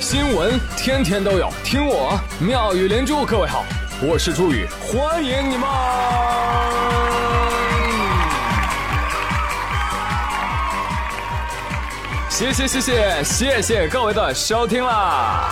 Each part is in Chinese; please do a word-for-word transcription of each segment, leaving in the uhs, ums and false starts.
新闻天天都有，听我妙语连珠。各位好，我是朱宇，欢迎你们。谢谢谢谢谢谢各位的收听啦！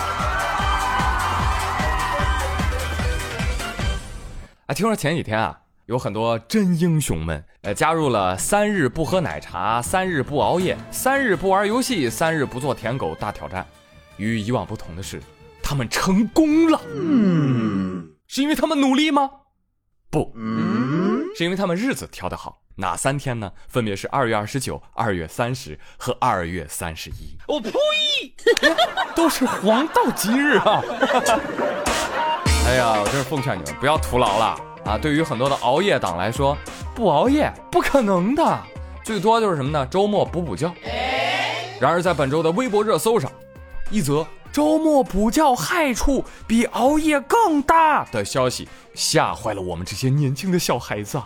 啊，听说前几天啊，有很多真英雄们，呃，加入了三日不喝奶茶、三日不熬夜、三日不玩游戏、三日不做舔狗大挑战。与以往不同的是，他们成功了。嗯，是因为他们努力吗？不，嗯，是因为他们日子挑得好。哪三天呢？分别是二月二十九、二月三十和二月三十一。我呸！都是黄道吉日啊！哎呀，我真是奉劝你们不要徒劳了啊！对于很多的熬夜党来说，不熬夜不可能的，最多就是什么呢？周末补补觉。然而在本周的微博热搜上，一则周末补觉害处比熬夜更大的消息吓坏了我们这些年轻的小孩子啊！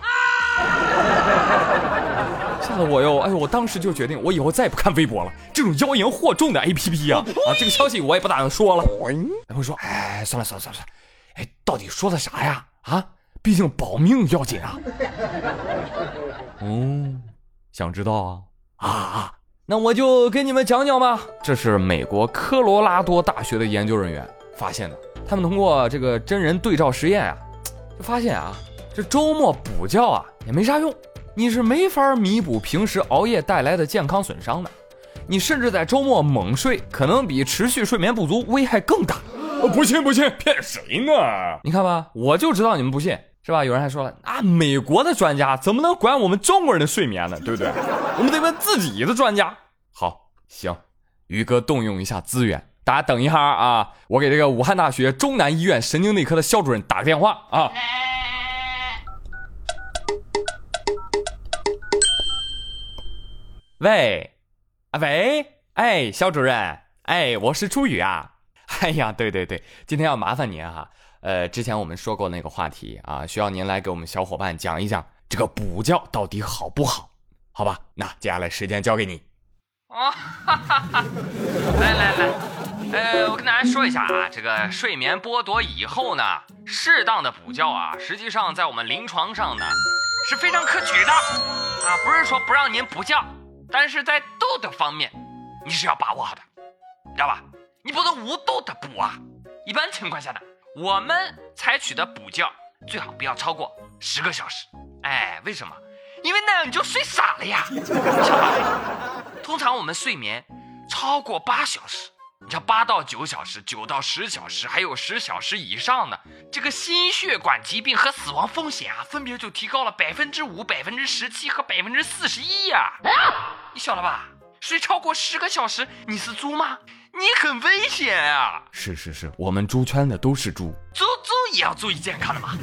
吓得我哟！哎呦，我当时就决定，我以后再也不看微博了，这种妖言惑众的 A P P 啊啊！这个消息我也不打算说了。然后说，哎，算了算了算了，哎，到底说的啥呀？啊，毕竟保命要紧啊！哦，想知道啊？啊啊！那我就给你们讲讲吧。这是美国科罗拉多大学的研究人员发现的，他们通过这个真人对照实验啊，就发现啊，这周末补觉啊也没啥用，你是没法弥补平时熬夜带来的健康损伤的。你甚至在周末猛睡，可能比持续睡眠不足危害更大。不信不信，骗谁呢？你看吧，我就知道你们不信。是吧？有人还说了啊，美国的专家怎么能管我们中国人的睡眠呢？对不对？我们得问自己的专家。好，行，宇哥动用一下资源，大家等一下啊，我给这个武汉大学中南医院神经内科的肖主任打个电话啊。喂，啊喂，哎，肖主任，哎，我是朱宇啊。哎呀，对对对，今天要麻烦您哈。呃，之前我们说过那个话题啊，需要您来给我们小伙伴讲一讲这个补觉到底好不好？好吧，那接下来时间交给你。 哦，哈哈哈！来来来，呃，我跟大家说一下啊，这个睡眠剥夺以后呢，适当的补觉啊，实际上在我们临床上呢是非常可取的啊，不是说不让您补觉，但是在度的方面你是要把握好的，你知道吧？你不能无度的补啊。一般情况下呢，我们采取的补觉最好不要超过十个小时。哎，为什么？因为那样你就睡傻了呀。通常我们睡眠超过八小时，你像八到九小时、九到十小时，还有十小时以上的，这个心血管疾病和死亡风险啊，分别就提高了百分之五、百分之十七和百分之四十一呀。你晓得吧？睡超过十个小时，你是猪吗？你很危险啊！ 是是是，我们猪圈的都是猪， 猪猪也要注意健康的嘛。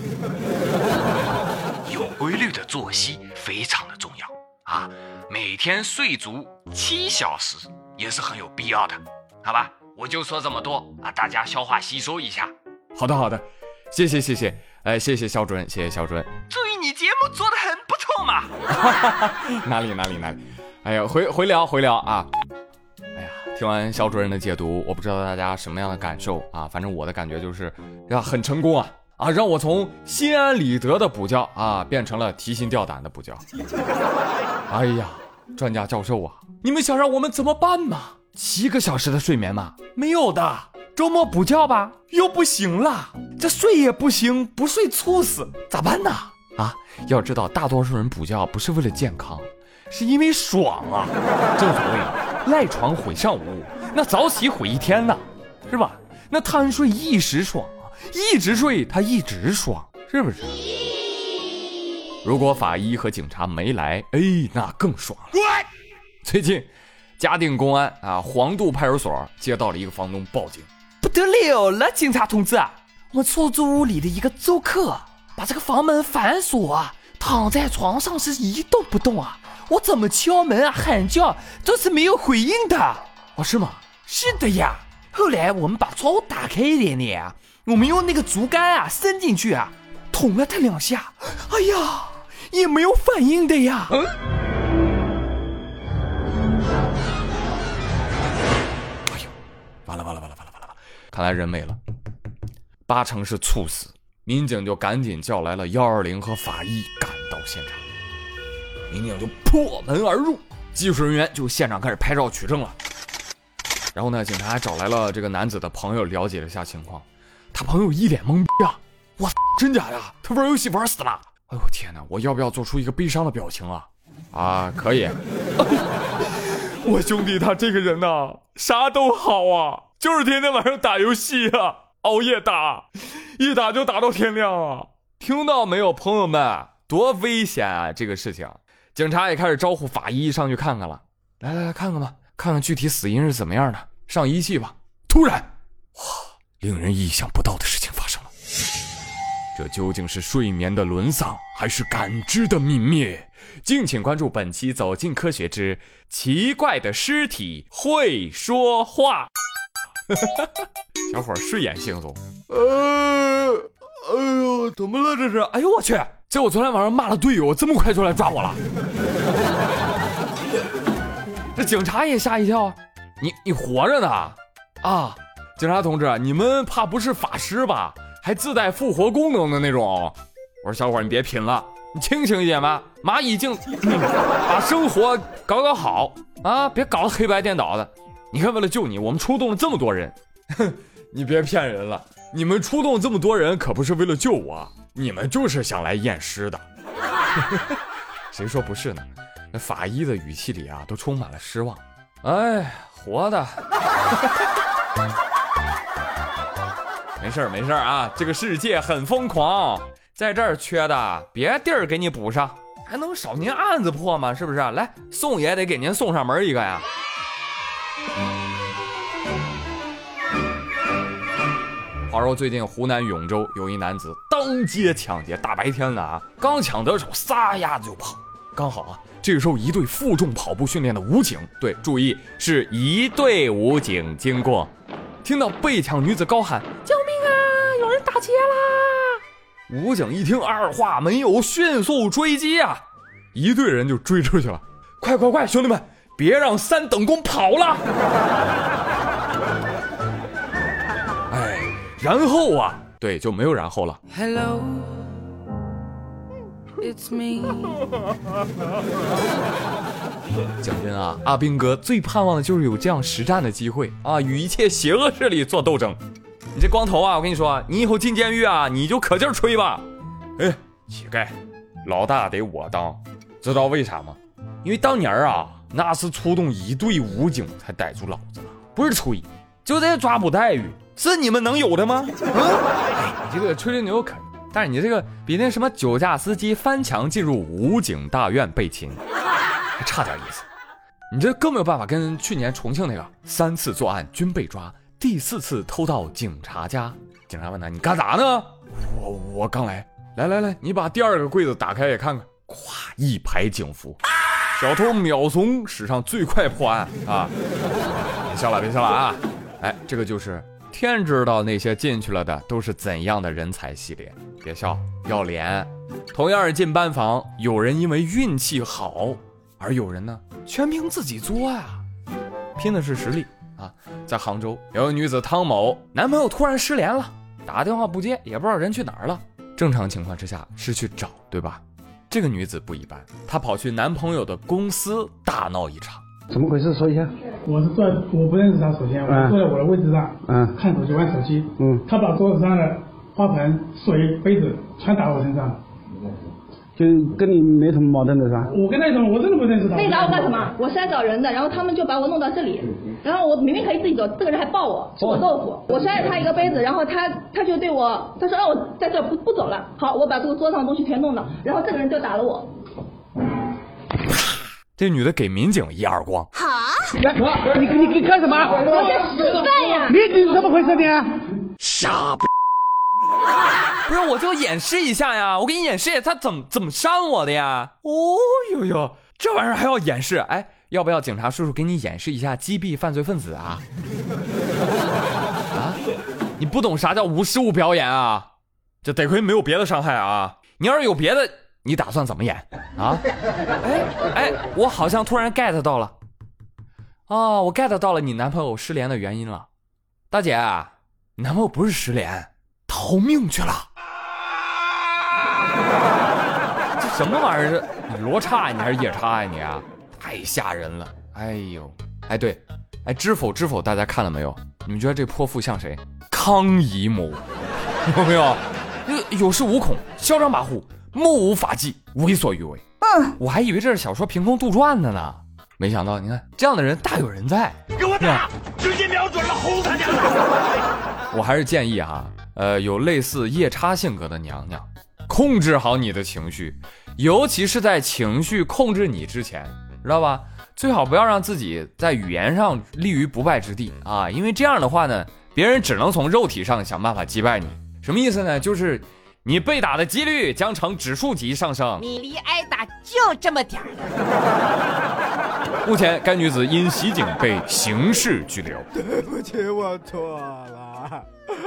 有规律的作息非常的重要啊，每天睡足七小时也是很有必要的，好吧？我就说这么多啊，大家消化吸收一下。 好的好的，谢谢谢谢，哎，谢谢肖主任，谢谢肖主任。 注意，你节目做得很不错嘛。 哪里哪里哪里，哎呀，回回聊回聊啊。听完肖主任的解读，我不知道大家什么样的感受啊？反正我的感觉就是，呀，很成功啊啊！让我从心安理得的补觉啊，变成了提心吊胆的补觉。哎呀，专家教授啊，你们想让我们怎么办嘛？七个小时的睡眠嘛，没有的。周末补觉吧，又不行了，这睡也不行，不睡猝死，咋办呢？啊，要知道，大多数人补觉不是为了健康，是因为爽啊！正所谓。赖床毁上午，那早起毁一天呢，是吧？那贪睡一时爽啊，一直睡他一直爽，是不是？如果法医和警察没来，哎，那更爽了。最近，嘉定公安啊黄渡派出所接到了一个房东报警，不得了了，警察同志啊，我们出租屋里的一个租客把这个房门反锁啊，躺在床上是一动不动啊。我怎么敲门啊喊叫都是没有回应的。哦，是吗？是的呀。后来我们把窗户打开一点点啊，我们用那个竹竿啊伸进去啊，捅了他两下，哎呀，也没有反应的呀。嗯，哎呦，完了完了完了完了完了！ 看来人没了，八成是猝死。民警就赶紧叫来了一二零和法医赶到现场，民警就破门而入，技术人员就现场开始拍照取证了。然后呢，警察还找来了这个男子的朋友了解了一下情况，他朋友一脸懵逼啊，哇，真假的？他玩游戏玩死了？哎呦天哪，我要不要做出一个悲伤的表情啊？啊，可以。我兄弟他这个人呐、啊，啥都好啊，就是天天晚上打游戏啊，熬夜打，一打就打到天亮啊！听到没有，朋友们，多危险啊！这个事情，警察也开始招呼法医上去看看了。来来来，看看吧，看看具体死因是怎么样的，上仪器吧。突然，哇，令人意想不到的事情发生了。这究竟是睡眠的沦丧，还是感知的泯灭？敬请关注本期《走进科学之奇怪的尸体会说话》。小伙睡眼惺忪，呃，哎呦，怎么了这是？哎呦我去！结果昨天晚上骂了队友，这么快就来抓我了。这警察也吓一跳，你你活着呢？啊，警察同志，你们怕不是法师吧？还自带复活功能的那种。我说小伙，你别拼了，你清醒一点吧。蚂蚁精、嗯，把生活搞搞好啊，别搞得黑白颠倒的。你看，为了救你，我们出动了这么多人。你别骗人了，你们出动这么多人可不是为了救我，你们就是想来验尸的。谁说不是呢？那法医的语气里啊，都充满了失望。哎，活的。没事没事啊，这个世界很疯狂，在这儿缺的别地儿给你补上，还能少您案子破吗？是不是？来，送也得给您送上门一个呀。话说最近湖南永州有一男子当街抢劫，大白天的啊，刚抢得手撒丫子就跑。刚好啊，这个时候一队负重跑步训练的武警，对，注意是一队武警经过，听到被抢女子高喊救命啊，有人打劫啦！武警一听二话没有，迅速追击啊，一队人就追出去了。快快快，兄弟们，别让三等功跑了！哎，然后啊，对，就没有然后了。Hello, it's me。讲真啊，阿兵哥最盼望的就是有这样实战的机会啊，与一切邪恶势力做斗争。你这光头啊，我跟你说，你以后进监狱啊，你就可劲儿吹吧。哎，乞丐，老大得我当，知道为啥吗？因为当年啊，那是出动一队武警才逮住老子了，不是吹，就这抓捕待遇，是你们能有的吗？嗯，哎，你这个吹吹牛可以，但是你这个比那什么酒驾司机翻墙进入武警大院被擒，还差点意思。你这更没有办法跟去年重庆那个三次作案均被抓，第四次偷到警察家。警察问他：“你干啥呢？”我我刚来。来来来，你把第二个柜子打开也看看。咵，一排警服，小偷秒怂史上最快破案啊！别笑了，别笑了啊！哎，这个就是天知道那些进去了的都是怎样的人才系列。别笑，要脸。同样是进班房，有人因为运气好，而有人呢全凭自己作啊，拼的是实力啊！在杭州，有个女子汤某，男朋友突然失联了，打电话不接，也不知道人去哪儿了。正常情况之下是去找，对吧？这个女子不一般，她跑去男朋友的公司大闹一场。 怎么回事？说一下。 我是坐，我不认识他，首先我坐在我的位置上，嗯，看手机玩手机，嗯，他把桌子上的花盆、水、杯子全打我身上。 就跟你没什么矛盾的是吧？ 我跟那种我真的不认识他。 那你找我干什么？我是来找人的，然后他们就把我弄到这里，然后我明明可以自己走，这个人还抱我，吃我豆腐，我摔了他一个杯子，然后他他就对我，他说让我在这不不走了。好，我把这个桌上的东西全弄了，然后这个人就打了我。 这女的给民警一耳光。 好， 你你你干什么？ 我在示范呀。 你你怎么回事你？ 傻逼！不是，我就演示一下呀，我给你演示他怎么怎么伤我的呀。哦呦呦，这玩意儿还要演示？哎，要不要警察叔叔给你演示一下击毙犯罪分子啊？啊，你不懂啥叫无实物表演啊？这得亏没有别的伤害啊！你要是有别的，你打算怎么演啊？哎哎，我好像突然 get 到了。哦，我 get 到了你男朋友失联的原因了。大姐， 男朋友不是失联，逃命去了。这什么玩意儿？这罗刹你还是夜叉呀你啊？太吓人了！哎呦，哎对，哎知否知否，大家看了没有？你们觉得这泼妇像谁？康姨母，有没有？有事无恐，嚣张跋扈，目无法纪，为所欲为。嗯，我还以为这是小说凭空杜撰的呢，没想到你看这样的人大有人在。 给我打，直接瞄准了，轰他娘的！ 我还是建议哈，呃，有类似夜叉性格的娘娘，控制好你的情绪，尤其是在情绪控制你之前，知道吧？最好不要让自己在语言上立于不败之地啊，因为这样的话呢，别人只能从肉体上想办法击败你。什么意思呢？就是你被打的几率将呈指数级上升。 你离挨打就这么点儿。 目前该女子因袭警被刑事拘留。 对不起，我错了。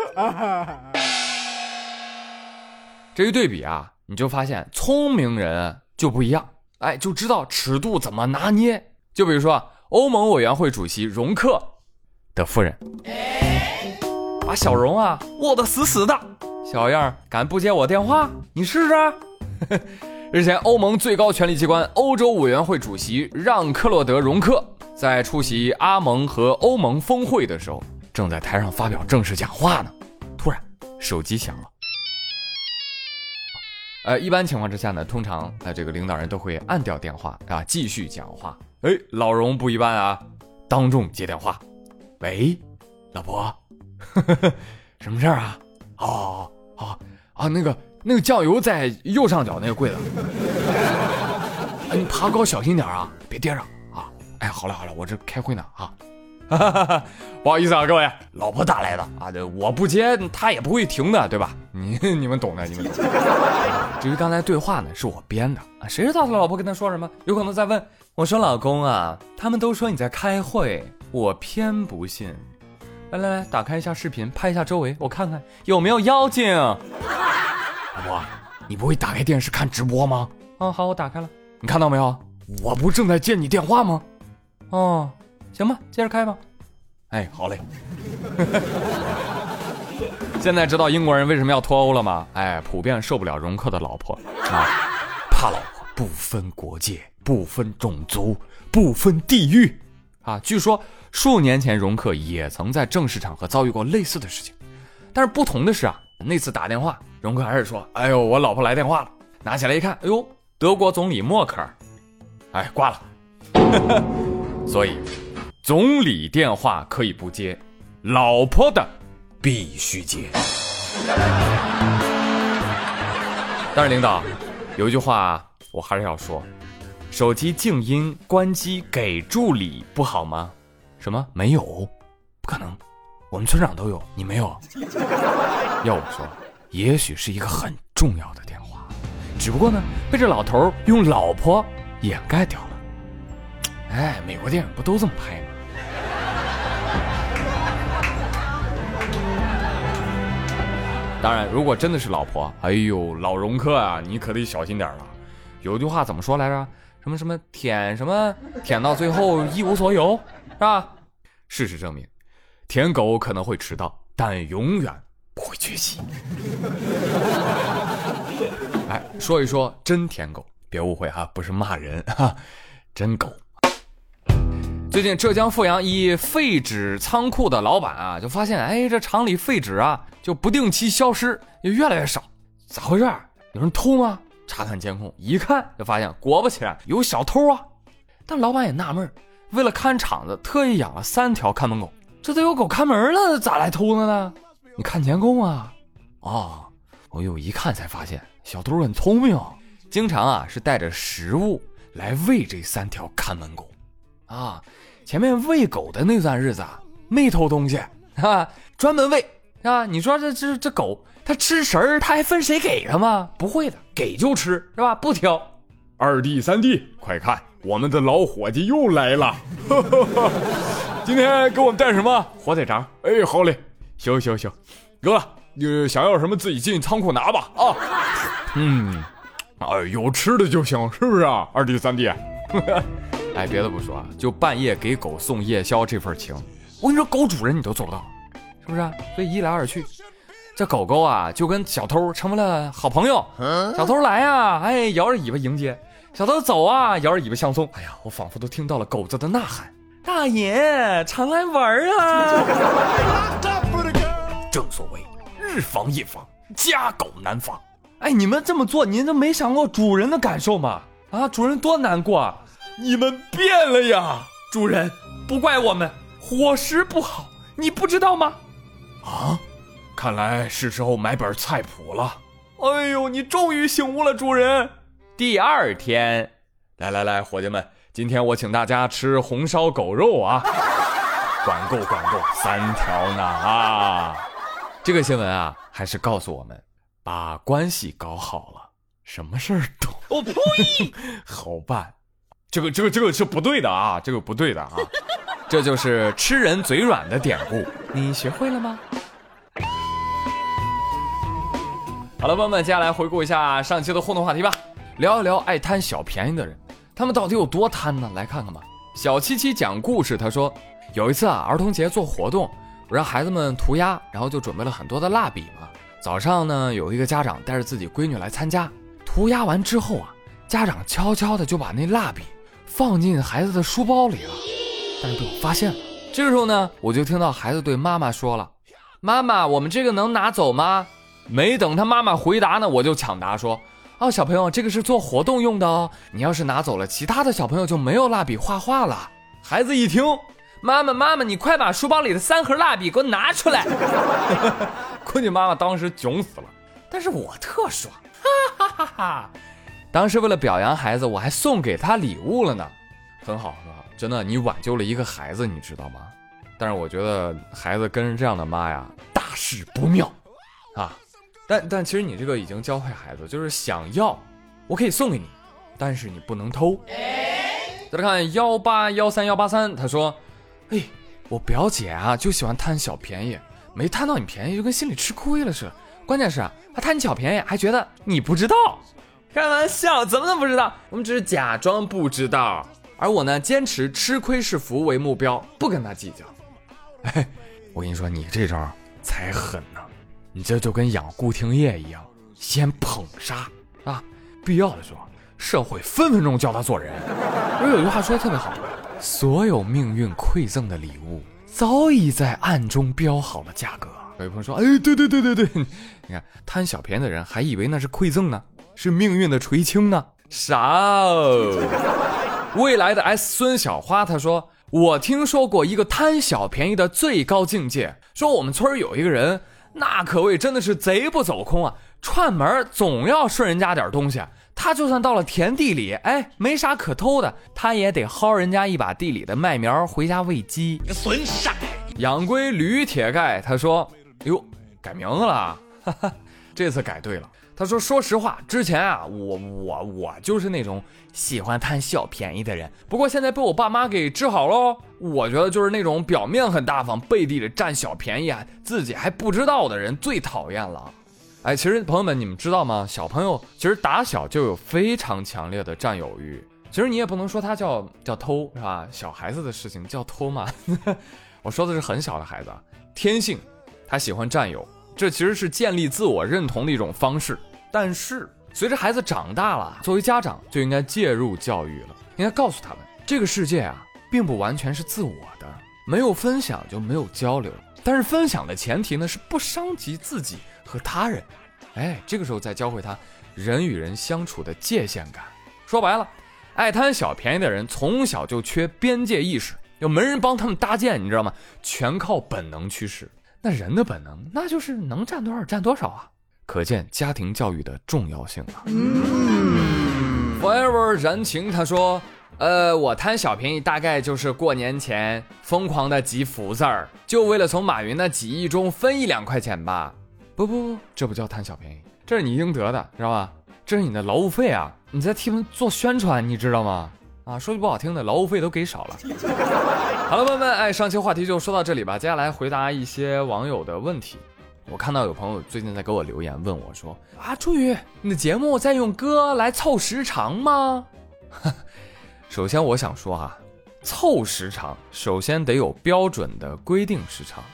这一对比啊，你就发现聪明人就不一样，哎，就知道尺度怎么拿捏。就比如说欧盟委员会主席容克的夫人，把小容啊握得死死的，小样敢不接我电话？你试试。日前，欧盟最高权力机关欧洲委员会主席让·克洛德·容克在出席阿盟和欧盟峰会的时候，正在台上发表正式讲话呢，突然手机响了。呃，一般情况之下呢，通常呃这个领导人都会按掉电话啊，继续讲话。哎，老容不一般啊，当众接电话。喂，老婆，什么事儿啊？哦哦啊，那个那个酱油在右上角那个柜子。哎，你爬高小心点啊，别跌上啊。哎，好了好了，我这开会呢啊。不好意思啊，各位，老婆打来的啊，我不接他也不会停的，对吧？你你们懂的，你们懂的。至于刚才对话呢，是我编的啊，谁知道他老婆跟他说什么？有可能在问我说：“老公啊，他们都说你在开会，我偏不信。来来来，打开一下视频，拍一下周围，我看看有没有妖精。”老婆，你不会打开电视看直播吗？啊，好，我打开了。你看到没有？我不正在接你电话吗？哦。行吧，接着开吧。哎，好嘞。现在知道英国人为什么要脱欧了吗？哎，普遍受不了容克的老婆啊，怕老婆不分国界、不分种族、不分地域啊。据说数年前容克也曾在正式场合遭遇过类似的事情，但是不同的是啊，那次打电话，容克还是说：“哎呦，我老婆来电话了。”拿起来一看，哎呦，德国总理默克尔，哎，挂了。所以。总理电话可以不接，老婆的必须接。但是领导，有一句话我还是要说，手机静音关机给助理不好吗？什么没有？不可能，我们村长都有，你没有？要我说，也许是一个很重要的电话，只不过呢被这老头用老婆掩盖掉了。哎，美国电影不都这么拍吗？当然，如果真的是老婆，哎呦，老容克啊，你可得小心点了。有句话怎么说来着？什么什么舔什么舔到最后一无所有，是吧？事实证明，舔狗可能会迟到，但永远不会缺席。哎，说一说真舔狗，别误会哈，不是骂人哈，真狗。最近浙江富阳一废纸仓库的老板啊，就发现，哎，这厂里废纸啊就不定期消失，也越来越少，咋回事？有人偷吗？查看监控，一看就发现，果不其然，有小偷啊！但老板也纳闷，为了看场子，特意养了三条看门狗，这都有狗看门了，咋来偷的呢？你看监控啊，哦，我又一看才发现，小偷很聪明，经常啊是带着食物来喂这三条看门狗。啊，前面喂狗的那段日子啊，没偷东西啊，专门喂啊。你说这这这狗，它吃食儿，它还分谁给它吗？不会的，给就吃，是吧？不挑。二弟三弟，快看，我们的老伙计又来了。今天给我们带什么火腿肠？哎，好嘞，行行行，哥，你想要什么自己进仓库拿吧啊。嗯，哎，有吃的就行，是不是啊？二弟三弟。哎，别的不说啊，就半夜给狗送夜宵这份情，我跟你说，狗主人你都做不到，是是不是？所以一来二去，这狗狗啊就跟小偷成为了好朋友。小偷来啊，哎，摇着尾巴迎接；小偷走啊，摇着尾巴相送。哎呀，我仿佛都听到了狗子的呐喊：大爷常来玩啊！正所谓日防夜防，家狗难防。哎，你们这么做，您都没想过主人的感受吗？啊，主人多难过啊！你们变了呀，主人，不怪我们，伙食不好，你不知道吗？啊，看来是时候买本菜谱了。哎呦，你终于醒悟了，主人。第二天，来来来，伙计们，今天我请大家吃红烧狗肉啊，管够管够，三条呢啊！这个新闻啊，还是告诉我们，把关系搞好了，什么事儿都我呸好办。这个这个这个是不对的啊，这个不对的啊。这就是吃人嘴软的典故，你学会了吗？好了，朋友们，接下来回顾一下上期的互动话题吧，聊一聊爱贪小便宜的人，他们到底有多贪呢？来看看吧。小七七讲故事，他说有一次啊，儿童节做活动，我让孩子们涂鸦，然后就准备了很多的蜡笔嘛。早上呢，有一个家长带着自己闺女来参加，涂鸦完之后啊，家长悄悄的就把那蜡笔放进孩子的书包里了，但是被我发现了。这个时候呢，我就听到孩子对妈妈说了：妈妈，我们这个能拿走吗？没等他妈妈回答呢，我就抢答说：哦，小朋友，这个是做活动用的哦，你要是拿走了，其他的小朋友就没有蜡笔画画了。孩子一听，妈妈妈妈，你快把书包里的三盒蜡笔给我拿出来。估计妈妈当时囧死了，但是我特爽，哈哈哈哈。当时为了表扬孩子，我还送给他礼物了呢，很好很好，真的，你挽救了一个孩子，你知道吗？但是我觉得孩子跟着这样的妈呀，大事不妙啊。但但其实你这个已经教会孩子，就是想要我可以送给你，但是你不能偷。再来看幺八幺三幺八三，他说：哎，我表姐啊就喜欢贪小便宜，没贪到你便宜就跟心里吃亏了似的。关键是啊，她贪你小便宜还觉得你不知道。开玩笑，怎么能不知道？我们只是假装不知道。而我呢，坚持吃亏是福为目标，不跟他计较。哎，我跟你说，你这招才狠呢！你这就跟养顾廷烨一样，先捧杀啊，必要的时候，社会分分钟教他做人。而有句话说的特别好，所有命运馈赠的礼物，早已在暗中标好了价格。有朋友说，哎，对对对对对，你看贪小便宜的人还以为那是馈赠呢，是命运的垂青呢，傻哦。未来的 S 孙小花他说，我听说过一个贪小便宜的最高境界，说我们村有一个人，那可谓真的是贼不走空啊，串门总要顺人家点东西，他就算到了田地里，哎，没啥可偷的，他也得薅人家一把地里的麦苗回家喂鸡。 损色养龟驴铁盖他说，哟，改名字了，哈哈，这次改对了。他说，说实话，之前啊，我我我就是那种喜欢贪小便宜的人，不过现在被我爸妈给治好喽。我觉得就是那种表面很大方，背地里占小便宜啊，自己还不知道的人最讨厌了。哎，其实朋友们，你们知道吗？小朋友其实打小就有非常强烈的占有欲。其实你也不能说他叫叫偷，是吧？小孩子的事情叫偷嘛。我说的是很小的孩子，天性他喜欢占有。这其实是建立自我认同的一种方式，但是随着孩子长大了，作为家长就应该介入教育了，应该告诉他们，这个世界啊，并不完全是自我的，没有分享就没有交流，但是分享的前提呢，是不伤及自己和他人。哎，这个时候再教会他人与人相处的界限感。说白了，爱贪小便宜的人从小就缺边界意识，又没人帮他们搭建，你知道吗？全靠本能驱使。那人的本能，那就是能占多少占多少啊！可见家庭教育的重要性啊。嗯、Forever 燃情他说，呃，我贪小便宜大概就是过年前疯狂的集福字儿，就为了从马云的几亿中分一两块钱吧。不不不，这不叫贪小便宜，这是你应得的，知道吧？这是你的劳务费啊，你在替他们做宣传，你知道吗？啊，说句不好听的，劳务费都给少了。好了，朋友们，哎，上期话题就说到这里吧。接下来回答一些网友的问题。我看到有朋友最近在给我留言问我说，啊，朱宇，你的节目在用歌来凑时长吗？首先我想说啊，凑时长首先得有标准的规定时长。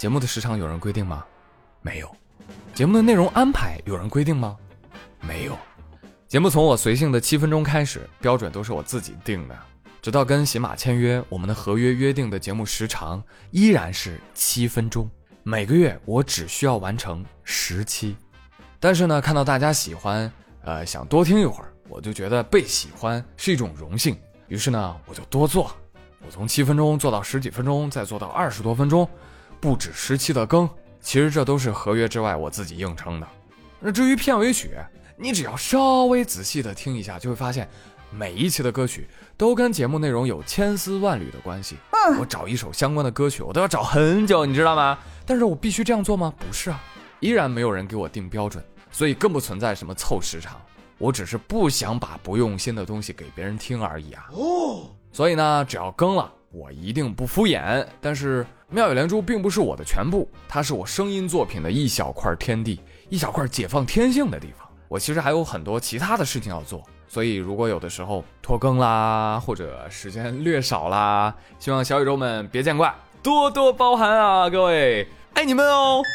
节目的时长有人规定吗？没有。节目的内容安排有人规定吗？没有。节目从我随性的七分钟开始，标准都是我自己定的，直到跟喜马签约，我们的合约约定的节目时长依然是七分钟，每个月我只需要完成十期。但是呢，看到大家喜欢，呃，想多听一会儿，我就觉得被喜欢是一种荣幸，于是呢，我就多做。我从七分钟做到十几分钟，再做到二十多分钟，不止十期的更，其实这都是合约之外我自己硬撑的。那至于片尾曲，你只要稍微仔细的听一下，就会发现每一期的歌曲都跟节目内容有千丝万缕的关系。嗯、我找一首相关的歌曲，我都要找很久，你知道吗？但是我必须这样做吗？不是啊，依然没有人给我定标准，所以更不存在什么凑时长。我只是不想把不用心的东西给别人听而已啊。哦，所以呢，只要更了，我一定不敷衍。但是妙语连珠并不是我的全部，它是我声音作品的一小块天地，一小块解放天性的地方。我其实还有很多其他的事情要做，所以如果有的时候拖更啦，或者时间略少啦，希望小宇宙们别见怪，多多包涵啊，各位，爱你们哦。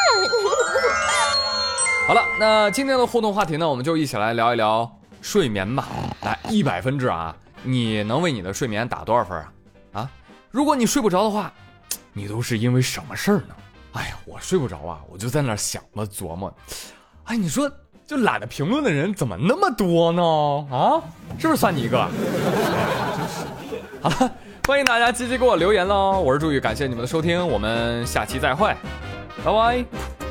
好了，那今天的互动话题呢，我们就一起来聊一聊睡眠吧。来，一百分制啊，你能为你的睡眠打多少分啊？啊，如果你睡不着的话，你都是因为什么事儿呢？哎呀，我睡不着啊，我就在那想了琢磨，哎，你说就懒得评论的人怎么那么多呢？啊，是不是算你一个？真是。好了，欢迎大家积极给我留言喽！我是朱宇，感谢你们的收听，我们下期再会，拜拜。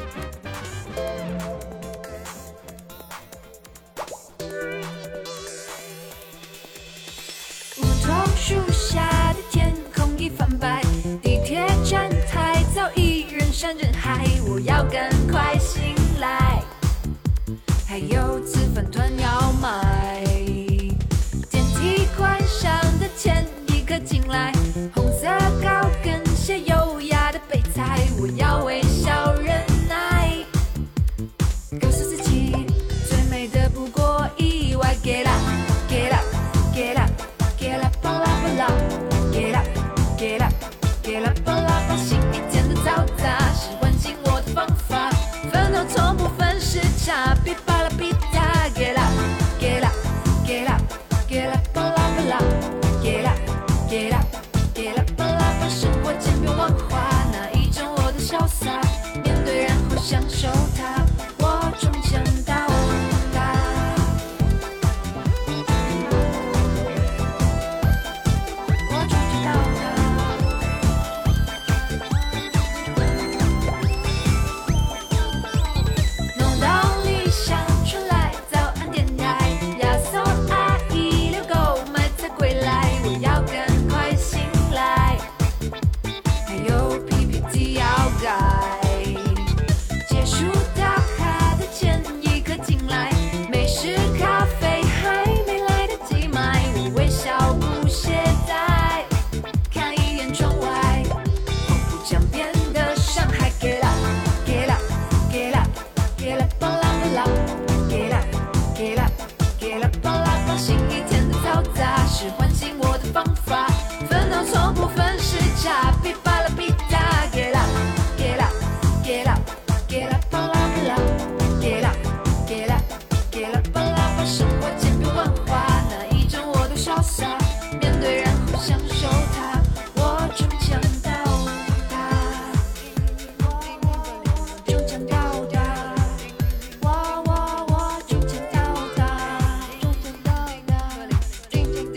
树下的天空已泛白，地铁站台早已人山人海，我要赶快醒来，还有吃饭团要买，电梯关上的前一刻进来，红色高跟鞋优雅的备菜，我要微笑忍耐，告诉自己最美的不过意外。 Get up, get up, get up, get up, get up, get up, get up, 把新一天的嘈杂是唤醒我的方法，烦恼从不分时差，别巴拉比他。Get up, get up, get up, get up, get up, get up, get up, 把生活简便万化，那一种我的潇洒，面对然后享受它，我终将到达。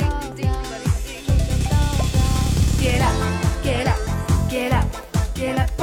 Get up, get up, get up.